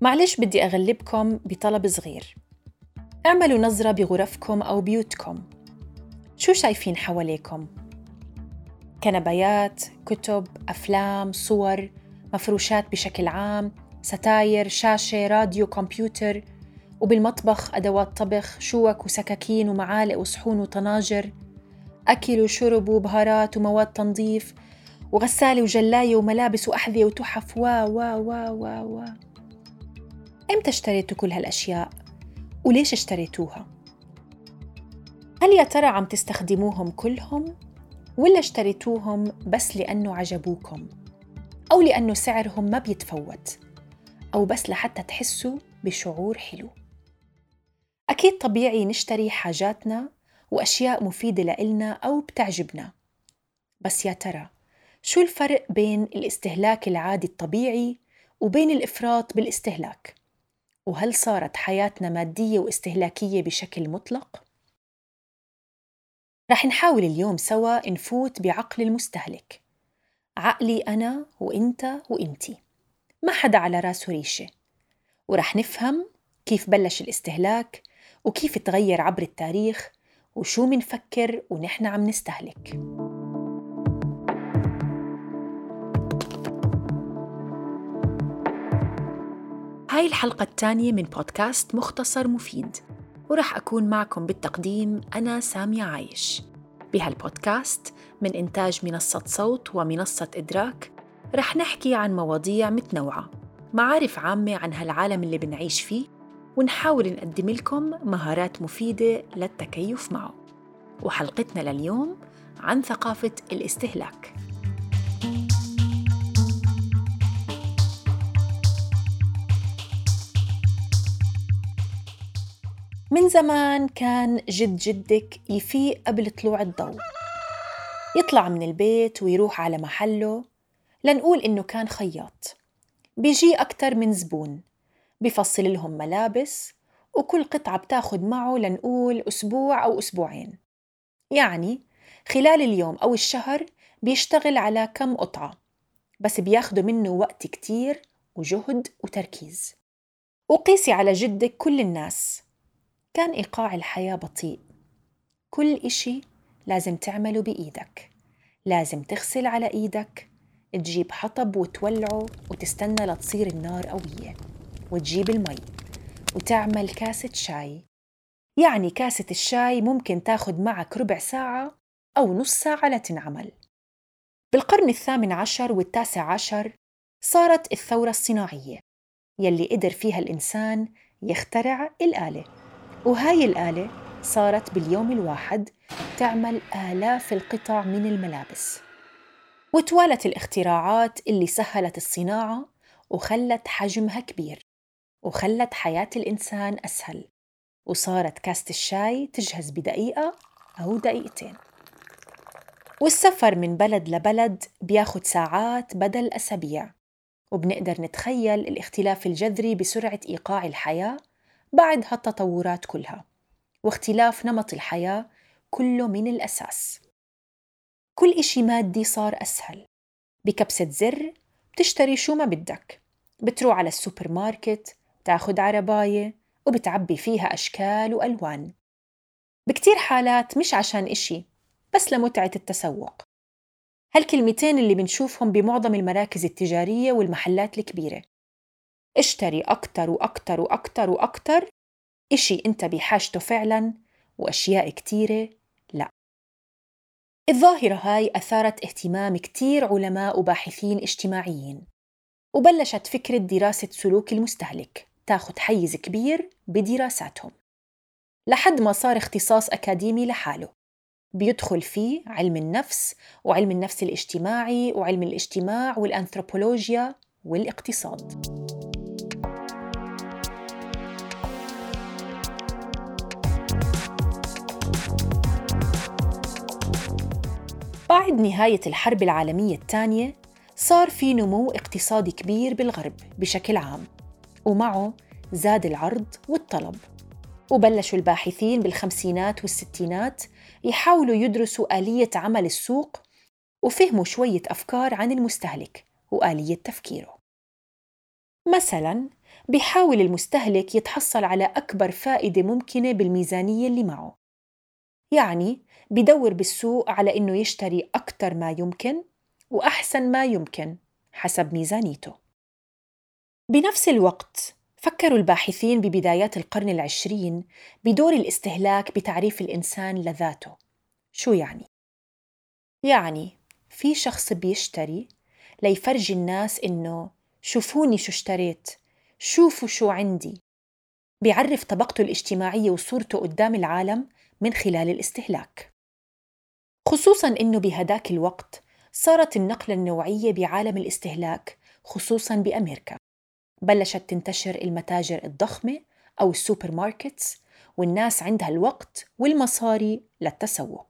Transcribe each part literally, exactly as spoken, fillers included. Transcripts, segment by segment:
معلش بدي أغلبكم بطلب صغير. اعملوا نظرة بغرفكم أو بيوتكم. شو شايفين حواليكم؟ كنبايات، كتب، أفلام، صور، مفروشات بشكل عام، ستاير، شاشة، راديو، كمبيوتر، وبالمطبخ أدوات طبخ، شوك وسكاكين ومعالق وصحون وطناجر، أكل وشرب وبهارات ومواد تنظيف، وغسالة وجلاية وملابس وأحذية وتحف وا وا وا وا وا إمتى اشتريتوا كل هالأشياء؟ وليش اشتريتوها؟ هل يا ترى عم تستخدموهم كلهم؟ ولا اشتريتوهم بس لأنه عجبوكم؟ أو لأنه سعرهم ما بيتفوت؟ أو بس لحتى تحسوا بشعور حلو؟ أكيد طبيعي نشتري حاجاتنا وأشياء مفيدة لإلنا أو بتعجبنا. بس يا ترى شو الفرق بين الاستهلاك العادي الطبيعي وبين الإفراط بالاستهلاك؟ وهل صارت حياتنا مادية واستهلاكية بشكل مطلق؟ رح نحاول اليوم سوا نفوت بعقل المستهلك، عقلي أنا وإنت وإنتي، ما حدا على راسه ريشة، ورح نفهم كيف بلش الاستهلاك وكيف تغير عبر التاريخ وشو منفكر ونحن عم نستهلك. هاي الحلقة الثانية من بودكاست مختصر مفيد، ورح أكون معكم بالتقديم أنا سامية عايش. بهالبودكاست من إنتاج منصة صوت ومنصة إدراك رح نحكي عن مواضيع متنوعة، معارف عامة عن هالعالم اللي بنعيش فيه، ونحاول نقدم لكم مهارات مفيدة للتكيف معه. وحلقتنا لليوم عن ثقافة الاستهلاك. من زمان كان جد جدك يفيق قبل طلوع الضوء، يطلع من البيت ويروح على محله، لنقول إنه كان خياط، بيجي أكتر من زبون، بيفصل لهم ملابس، وكل قطعة بتاخد معه لنقول أسبوع أو أسبوعين. يعني خلال اليوم أو الشهر بيشتغل على كم قطعة، بس بياخدوا منه وقت كتير وجهد وتركيز. وقيسي على جدك كل الناس، كان إيقاع الحياة بطيء، كل إشي لازم تعمله بإيدك، لازم تغسل على إيدك، تجيب حطب وتولعه وتستنى لتصير النار قوية، وتجيب المي وتعمل كاسة شاي. يعني كاسة الشاي ممكن تاخد معك ربع ساعة أو نص ساعة لتنعمل. بالقرن الثامن عشر والتاسع عشر صارت الثورة الصناعية يلي قدر فيها الإنسان يخترع الآلة، وهاي الآلة صارت باليوم الواحد تعمل آلاف القطع من الملابس. وتوالت الاختراعات اللي سهلت الصناعة وخلت حجمها كبير وخلت حياة الإنسان أسهل، وصارت كاسة الشاي تجهز بدقيقة أو دقيقتين. والسفر من بلد لبلد بياخد ساعات بدل أسابيع، وبنقدر نتخيل الاختلاف الجذري بسرعة إيقاع الحياة بعد هالتطورات كلها، واختلاف نمط الحياة كله من الأساس. كل إشي مادي صار أسهل، بكبسة زر بتشتري شو ما بدك، بتروح على السوبر ماركت، تاخد عرباية وبتعبي فيها أشكال وألوان، بكتير حالات مش عشان إشي بس لمتعة التسوق. هالكلمتين اللي بنشوفهم بمعظم المراكز التجارية والمحلات الكبيرة: اشتري أكتر وأكتر وأكتر وأكتر، إشي أنت بحاجته فعلاً وأشياء كتيرة لا. الظاهرة هاي أثارت اهتمام كتير علماء وباحثين اجتماعيين، وبلشت فكرة دراسة سلوك المستهلك تاخد حيز كبير بدراساتهم، لحد ما صار اختصاص أكاديمي لحاله بيدخل فيه علم النفس وعلم النفس الاجتماعي وعلم الاجتماع والأنثروبولوجيا والاقتصاد. بعد نهاية الحرب العالمية الثانية صار في نمو اقتصادي كبير بالغرب بشكل عام، ومعه زاد العرض والطلب، وبلشوا الباحثين بالخمسينات والستينات يحاولوا يدرسوا آلية عمل السوق، وفهموا شوية أفكار عن المستهلك وآلية تفكيره. مثلاً بيحاول المستهلك يتحصل على أكبر فائدة ممكنة بالميزانية اللي معه. يعني بدور بالسوق على إنه يشتري أكتر ما يمكن وأحسن ما يمكن حسب ميزانيته. بنفس الوقت فكروا الباحثين ببدايات القرن العشرين بدور الاستهلاك بتعريف الإنسان لذاته. شو يعني؟ يعني في شخص بيشتري ليفرجي الناس إنه شوفوني شو اشتريت، شوفوا شو عندي. بيعرف طبقته الاجتماعية وصورته قدام العالم من خلال الاستهلاك. خصوصاً إنه بهداك الوقت صارت النقلة النوعية بعالم الاستهلاك، خصوصاً بأمريكا. بلشت تنتشر المتاجر الضخمة أو السوبر ماركتس، والناس عندها الوقت والمصاري للتسوق.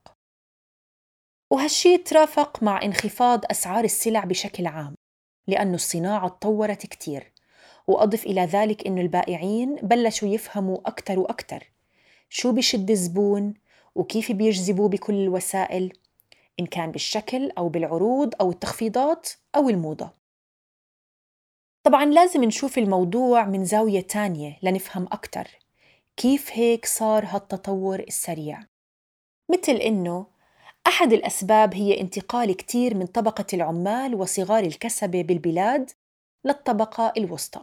وهالشي ترافق مع انخفاض أسعار السلع بشكل عام، لأنه الصناعة تطورت كتير. وأضف إلى ذلك إنه البائعين بلشوا يفهموا أكتر وأكتر شو بشد الزبون وكيف بيجذبوه بكل الوسائل، إن كان بالشكل أو بالعروض أو التخفيضات أو الموضة. طبعاً لازم نشوف الموضوع من زاوية تانية لنفهم أكتر كيف هيك صار هالتطور السريع. مثل إنه أحد الأسباب هي انتقال كتير من طبقة العمال وصغار الكسبة بالبلاد للطبقة الوسطى.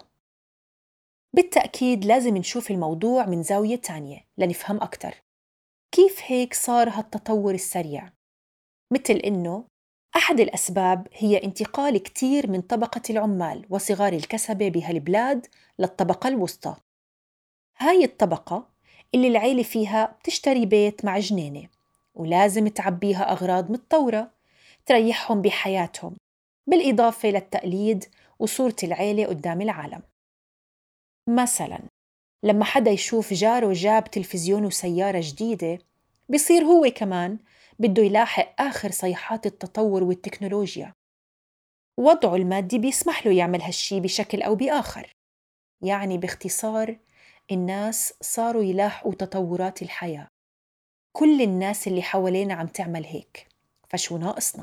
بالتأكيد لازم نشوف الموضوع من زاوية تانية لنفهم أكتر كيف هيك صار هالتطور السريع. مثل إنه أحد الأسباب هي انتقال كتير من طبقة العمال وصغار الكسبة بهالبلاد للطبقة الوسطى. هاي الطبقة اللي العيلة فيها بتشتري بيت مع جنينة ولازم تعبيها أغراض متطورة تريحهم بحياتهم، بالإضافة للتقليد وصورة العيلة قدام العالم. مثلاً لما حدا يشوف جاره جاب تلفزيون وسيارة جديدة، بيصير هو كمان بده يلاحق آخر صيحات التطور والتكنولوجيا. وضعه المادي بيسمح له يعمل هالشي بشكل أو بآخر. يعني باختصار الناس صاروا يلاحقوا تطورات الحياة. كل الناس اللي حوالينا عم تعمل هيك، فشو ناقصنا؟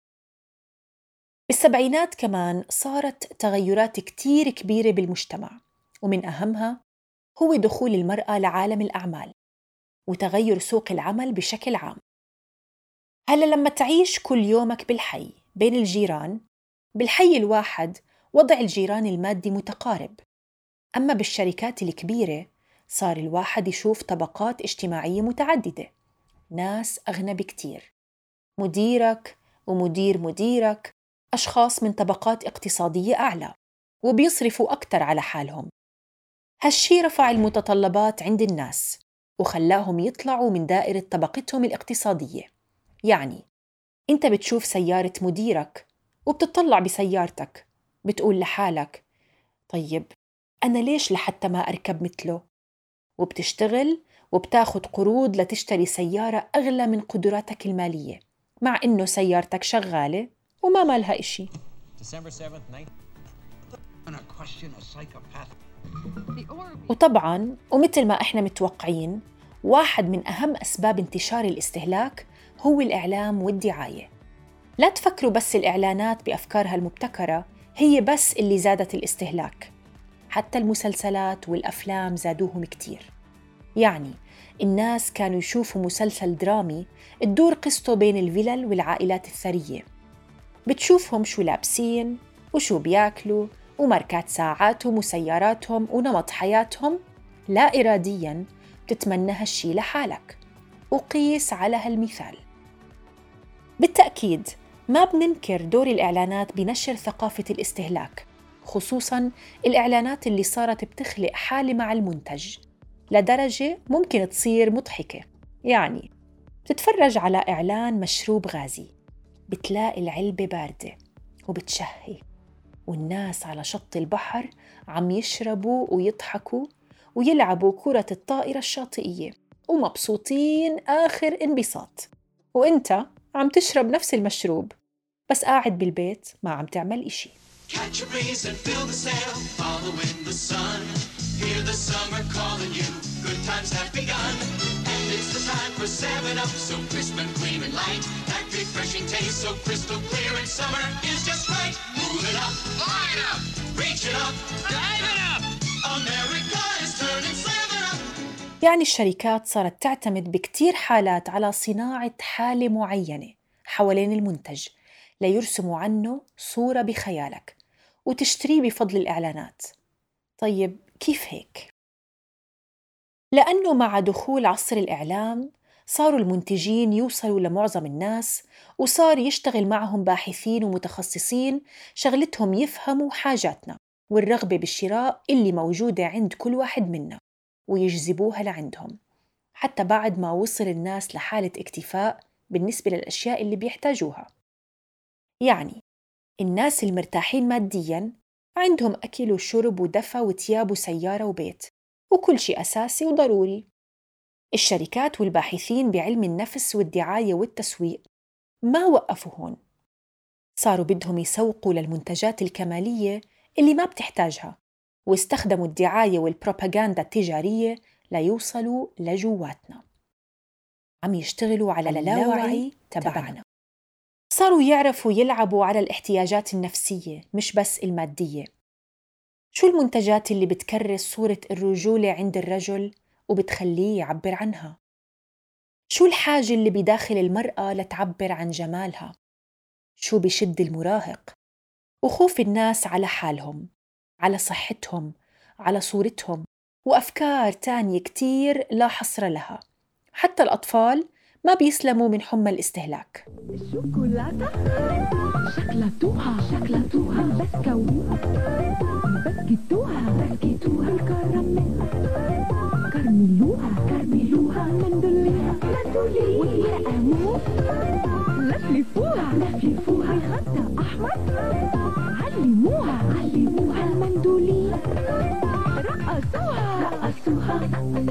بالسبعينات كمان صارت تغيرات كتير كبيرة بالمجتمع، ومن أهمها هو دخول المرأة لعالم الأعمال وتغير سوق العمل بشكل عام. هلأ لما تعيش كل يومك بالحي بين الجيران، بالحي الواحد وضع الجيران المادي متقارب. أما بالشركات الكبيرة صار الواحد يشوف طبقات اجتماعية متعددة، ناس أغنى بكتير، مديرك ومدير مديرك أشخاص من طبقات اقتصادية أعلى وبيصرفوا أكتر على حالهم. هالشي رفع المتطلبات عند الناس وخلاهم يطلعوا من دائرة طبقتهم الاقتصادية. يعني أنت بتشوف سيارة مديرك وبتطلع بسيارتك، بتقول لحالك طيب أنا ليش لحتى ما أركب مثله؟ وبتشتغل وبتاخد قروض لتشتري سيارة أغلى من قدراتك المالية، مع إنه سيارتك شغالة وما مالها إشي. وطبعاً ومثل ما إحنا متوقعين، واحد من أهم أسباب انتشار الاستهلاك هو الإعلام والدعاية. لا تفكروا بس الإعلانات بأفكارها المبتكرة هي بس اللي زادت الاستهلاك، حتى المسلسلات والأفلام زادوهم كتير. يعني الناس كانوا يشوفوا مسلسل درامي تدور قصته بين الفلل والعائلات الثرية، بتشوفهم شو لابسين وشو بياكلوا وماركات ساعاتهم وسياراتهم ونمط حياتهم، لا إرادياً بتتمنى هالشي لحالك. وقيس على هالمثال. بالتأكيد ما بننكر دور الإعلانات بنشر ثقافة الاستهلاك، خصوصاً الإعلانات اللي صارت بتخلق حالة مع المنتج لدرجة ممكن تصير مضحكة. يعني بتتفرج على إعلان مشروب غازي، بتلاقي العلبة باردة وبتشهي، والناس على شط البحر عم يشربوا ويضحكوا ويلعبوا كرة الطائرة الشاطئية ومبسوطين آخر انبساط، وإنت عم تشرب نفس المشروب بس قاعد بالبيت ما عم تعمل إشي. Catch a breeze and fill the sail, following the sun. Hear the summer calling you, good times have begun. And it's the time for seven up, so crisp and clean and light. That refreshing taste so crystal clear in summer is just right. Move it up, line it up, reach it up, dive it up. يعني الشركات صارت تعتمد بكتير حالات على صناعة حالة معينة حوالين المنتج ليرسموا عنه صورة بخيالك وتشتريه بفضل الإعلانات. طيب كيف هيك؟ لأنه مع دخول عصر الإعلام صاروا المنتجين يوصلوا لمعظم الناس، وصار يشتغل معهم باحثين ومتخصصين شغلتهم يفهموا حاجاتنا والرغبة بالشراء اللي موجودة عند كل واحد منا ويجذبوها لعندهم، حتى بعد ما وصل الناس لحالة اكتفاء بالنسبة للأشياء اللي بيحتاجوها. يعني الناس المرتاحين مادياً عندهم أكل وشرب ودفى وتياب وسيارة وبيت وكل شيء أساسي وضروري. الشركات والباحثين بعلم النفس والدعاية والتسويق ما وقفوا هون، صاروا بدهم يسوقوا للمنتجات الكمالية اللي ما بتحتاجها، واستخدموا الدعاية والبروباغندا التجارية ليوصلوا لجواتنا. عم يشتغلوا على اللاوعي تبعنا. صاروا يعرفوا يلعبوا على الاحتياجات النفسية مش بس المادية. شو المنتجات اللي بتكرس صورة الرجولة عند الرجل وبتخليه يعبر عنها؟ شو الحاجة اللي بداخل المرأة لتعبر عن جمالها؟ شو بشد المراهق؟ وخوف الناس على حالهم، على صحتهم، على صورتهم، وأفكار تانية كتير لا حصر لها. حتى الأطفال ما بيسلموا من حمى الاستهلاك. الشوكولاتة شكلتوها شكلتوها بسكويت بسكتوها بسكتوها الكراميل كرملوها كرملوها مندليها مندليها والورقة موف لفلفوها لفلفوها خدة أحمر علموها علموها المندولين رقصوها رقصوها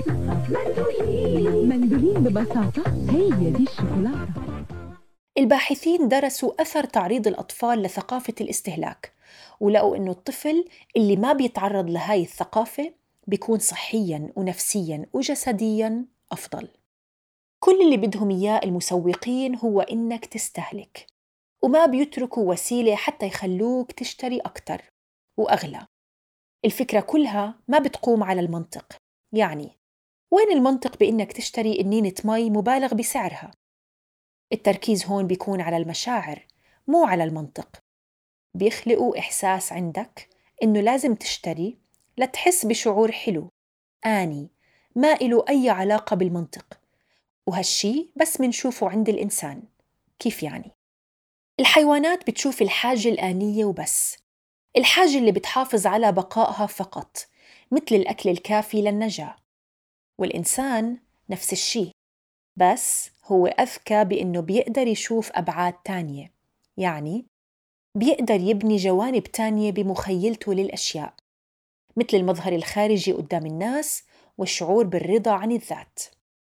مندولين مندولين ببساطة هي دي الشوكولاتة. الباحثين درسوا أثر تعريض الأطفال لثقافة الاستهلاك، ولقوا إنه الطفل اللي ما بيتعرض لهاي الثقافة بيكون صحياً ونفسياً وجسدياً أفضل. كل اللي بدهم إياه المسوقين هو إنك تستهلك، وما بيتركوا وسيلة حتى يخلوك تشتري أكتر وأغلى. الفكرة كلها ما بتقوم على المنطق. يعني وين المنطق بإنك تشتري إنينة مي مبالغ بسعرها؟ التركيز هون بيكون على المشاعر مو على المنطق. بيخلقوا إحساس عندك إنه لازم تشتري لتحس بشعور حلو آني ما إله أي علاقة بالمنطق، وهالشي بس منشوفه عند الإنسان. كيف يعني؟ الحيوانات بتشوف الحاجة الآنية وبس، الحاجة اللي بتحافظ على بقائها فقط، مثل الأكل الكافي للنجاة. والإنسان نفس الشي، بس هو أذكى بأنه بيقدر يشوف أبعاد تانية، يعني بيقدر يبني جوانب تانية بمخيلته للأشياء، مثل المظهر الخارجي قدام الناس والشعور بالرضا عن الذات.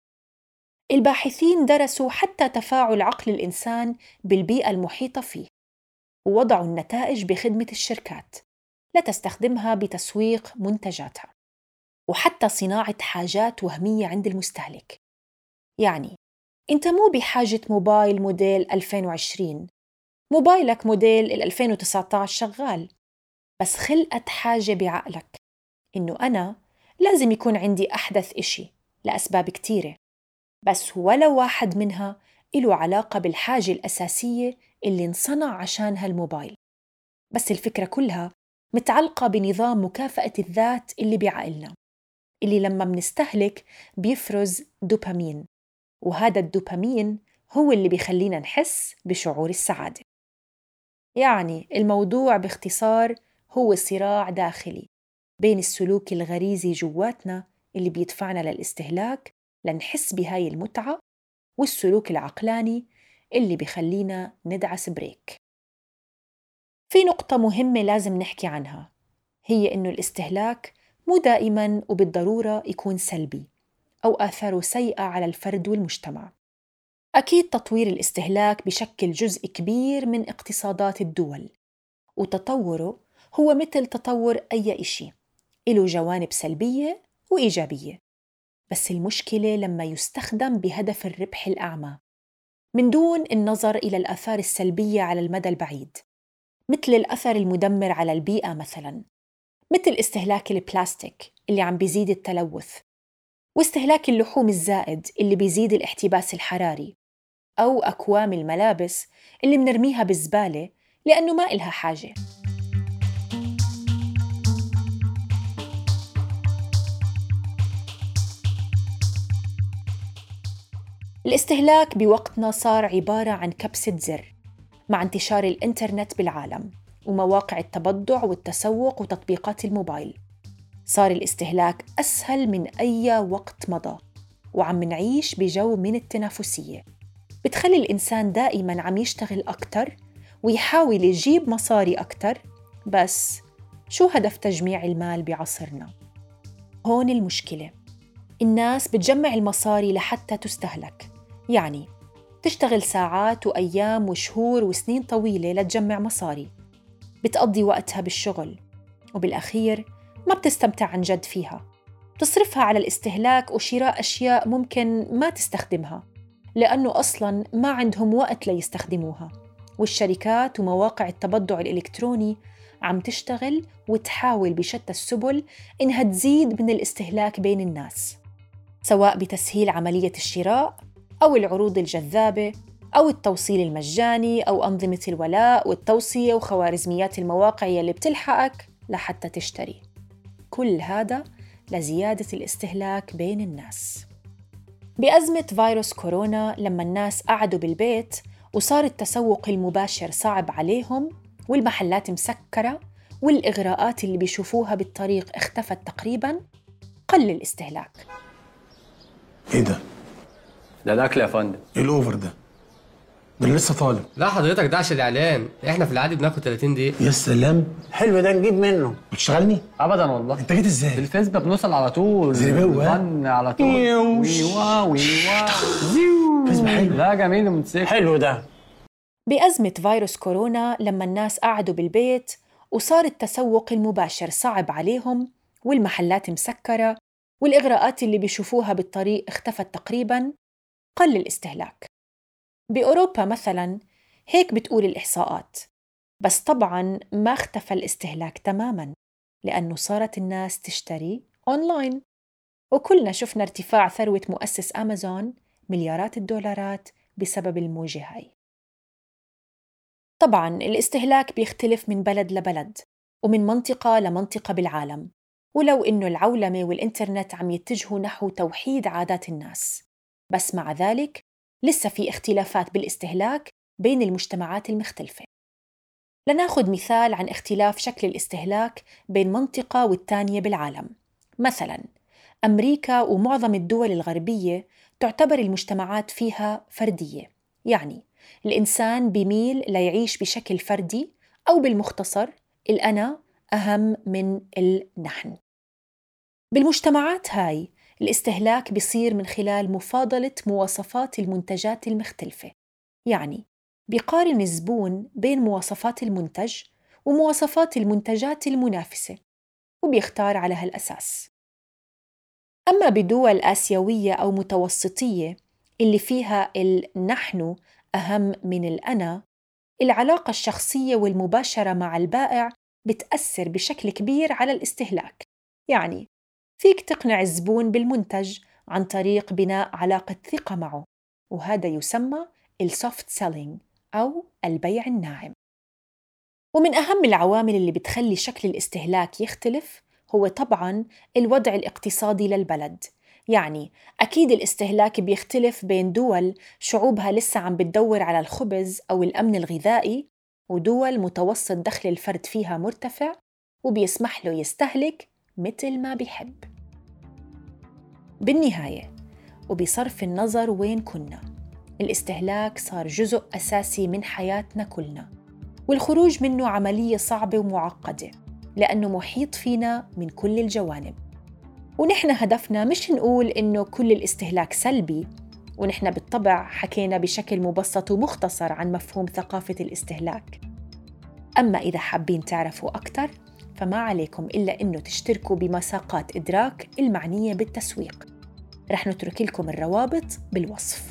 الباحثين درسوا حتى تفاعل عقل الإنسان بالبيئة المحيطة فيه، ووضعوا النتائج بخدمة الشركات لتستخدمها بتسويق منتجاتها، وحتى صناعة حاجات وهمية عند المستهلك. يعني أنت مو بحاجة موبايل موديل ألفين وعشرين، موبايلك موديل ألفين وتسعة عشر شغال، بس خلقت حاجة بعقلك إنه أنا لازم يكون عندي أحدث إشي لأسباب كتيرة، بس ولا واحد منها إله علاقة بالحاجة الأساسية اللي انصنع عشانها الموبايل. بس الفكرة كلها متعلقة بنظام مكافأة الذات اللي بعقلنا، اللي لما منستهلك بيفرز دوبامين، وهذا الدوبامين هو اللي بيخلينا نحس بشعور السعادة. يعني الموضوع باختصار هو صراع داخلي بين السلوك الغريزي جواتنا اللي بيدفعنا للاستهلاك لنحس بهاي المتعة، والسلوك العقلاني اللي بيخلينا ندعس بريك. في نقطة مهمة لازم نحكي عنها، هي إنه الاستهلاك مو دائماً وبالضرورة يكون سلبي أو آثاره سيئة على الفرد والمجتمع. أكيد تطوير الاستهلاك بشكل جزء كبير من اقتصادات الدول، وتطوره هو مثل تطور أي إشي، له جوانب سلبية وإيجابية. بس المشكلة لما يستخدم بهدف الربح الأعمى من دون النظر إلى الآثار السلبية على المدى البعيد، مثل الأثر المدمر على البيئة مثلاً، مثل استهلاك البلاستيك اللي عم بيزيد التلوث، واستهلاك اللحوم الزائد اللي بيزيد الاحتباس الحراري، أو أكوام الملابس اللي منرميها بالزبالة لأنه ما إلها حاجة. الاستهلاك بوقتنا صار عبارة عن كبسة زر مع انتشار الإنترنت بالعالم ومواقع التبضع والتسوق وتطبيقات الموبايل. صار الاستهلاك أسهل من أي وقت مضى، وعم نعيش بجو من التنافسية بتخلي الإنسان دائماً عم يشتغل أكتر ويحاول يجيب مصاري أكتر. بس شو هدف تجميع المال بعصرنا؟ هون المشكلة، الناس بتجمع المصاري لحتى تستهلك، يعني تشتغل ساعات وأيام وشهور وسنين طويلة لتجمع مصاري، بتقضي وقتها بالشغل وبالأخير ما بتستمتع عن جد فيها، بتصرفها على الاستهلاك وشراء أشياء ممكن ما تستخدمها لأنه أصلاً ما عندهم وقت ليستخدموها. والشركات ومواقع التبضع الإلكتروني عم تشتغل وتحاول بشتى السبل إنها تزيد من الاستهلاك بين الناس، سواء بتسهيل عملية الشراء أو العروض الجذابة أو التوصيل المجاني أو أنظمة الولاء والتوصية وخوارزميات المواقع يلي بتلحقك لحتى تشتري. كل هذا لزيادة الاستهلاك بين الناس. بأزمة فيروس كورونا لما الناس قعدوا بالبيت وصار التسوق المباشر صعب عليهم والمحلات مسكرة والإغراءات اللي بيشوفوها بالطريق اختفت تقريباً، قل الاستهلاك. ايه ده؟ ده الأكل يا فندم. ايه الأوفر ده؟ ده اللي لسه طالب. لا حضرتك ده عشان الإعلان، إحنا في العادي بناخد ثلاثين دقيقة. يا سلام، حلو ده نجيب منه. بتشتغلني؟ أبداً والله. أنت جيت إزاي؟ بالفيسبوك بنوصل على طول. زرباوي فن على طول. ويوا ويوا فيسبوك حلو. لا جميل ومتسك. حلو ده. بأزمة فيروس كورونا لما الناس قعدوا بالبيت وصار التسوق المباشر صعب عليهم والمحلات مسكرة والإغراءات اللي بيشوفوها بالطريق اختفت تقريباً، قل الاستهلاك. بأوروبا مثلاً هيك بتقول الإحصاءات، بس طبعاً ما اختفى الاستهلاك تماماً لأنه صارت الناس تشتري أونلاين، وكلنا شفنا ارتفاع ثروة مؤسس أمازون مليارات الدولارات بسبب الموجة هاي. طبعاً الاستهلاك بيختلف من بلد لبلد ومن منطقة لمنطقة بالعالم، ولو إنه العولمة والإنترنت عم يتجهوا نحو توحيد عادات الناس، بس مع ذلك لسه في اختلافات بالاستهلاك بين المجتمعات المختلفة. لناخد مثال عن اختلاف شكل الاستهلاك بين منطقة والتانية بالعالم. مثلاً أمريكا ومعظم الدول الغربية تعتبر المجتمعات فيها فردية، يعني الإنسان بيميل ليعيش بشكل فردي، أو بالمختصر الأنا أهم من النحن. بالمجتمعات هاي الاستهلاك بيصير من خلال مفاضلة مواصفات المنتجات المختلفة، يعني بيقارن الزبون بين مواصفات المنتج ومواصفات المنتجات المنافسة وبيختار على هالأساس. أما بدول آسيوية أو متوسطية اللي فيها النحن أهم من الأنا، العلاقة الشخصية والمباشرة مع البائع بتأثر بشكل كبير على الاستهلاك. يعني فيك تقنع الزبون بالمنتج عن طريق بناء علاقة ثقة معه، وهذا يسمى السوفت سيلينج أو البيع الناعم. ومن أهم العوامل اللي بتخلي شكل الاستهلاك يختلف هو طبعاً الوضع الاقتصادي للبلد. يعني أكيد الاستهلاك بيختلف بين دول شعوبها لسه عم بتدور على الخبز أو الأمن الغذائي، ودول متوسط دخل الفرد فيها مرتفع وبيسمح له يستهلك مثل ما بيحب. بالنهاية وبصرف النظر وين كنا، الاستهلاك صار جزء أساسي من حياتنا كلنا، والخروج منه عملية صعبة ومعقدة لأنه محيط فينا من كل الجوانب. ونحن هدفنا مش نقول إنه كل الاستهلاك سلبي، ونحن بالطبع حكينا بشكل مبسط ومختصر عن مفهوم ثقافة الاستهلاك. أما إذا حابين تعرفوا أكتر فما عليكم إلا إنه تشتركوا بمساقات إدراك المعنية بالتسويق، رح نترك لكم الروابط بالوصف.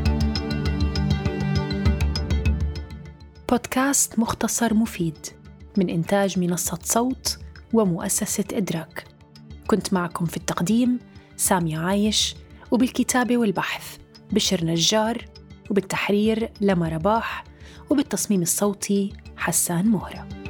بودكاست مختصر مفيد من إنتاج منصة صوت ومؤسسة إدراك. كنت معكم في التقديم سامية عايش، وبالكتابة والبحث بشر نجار، وبالتحرير لما رباح، وبالتصميم الصوتي حسان مهرة.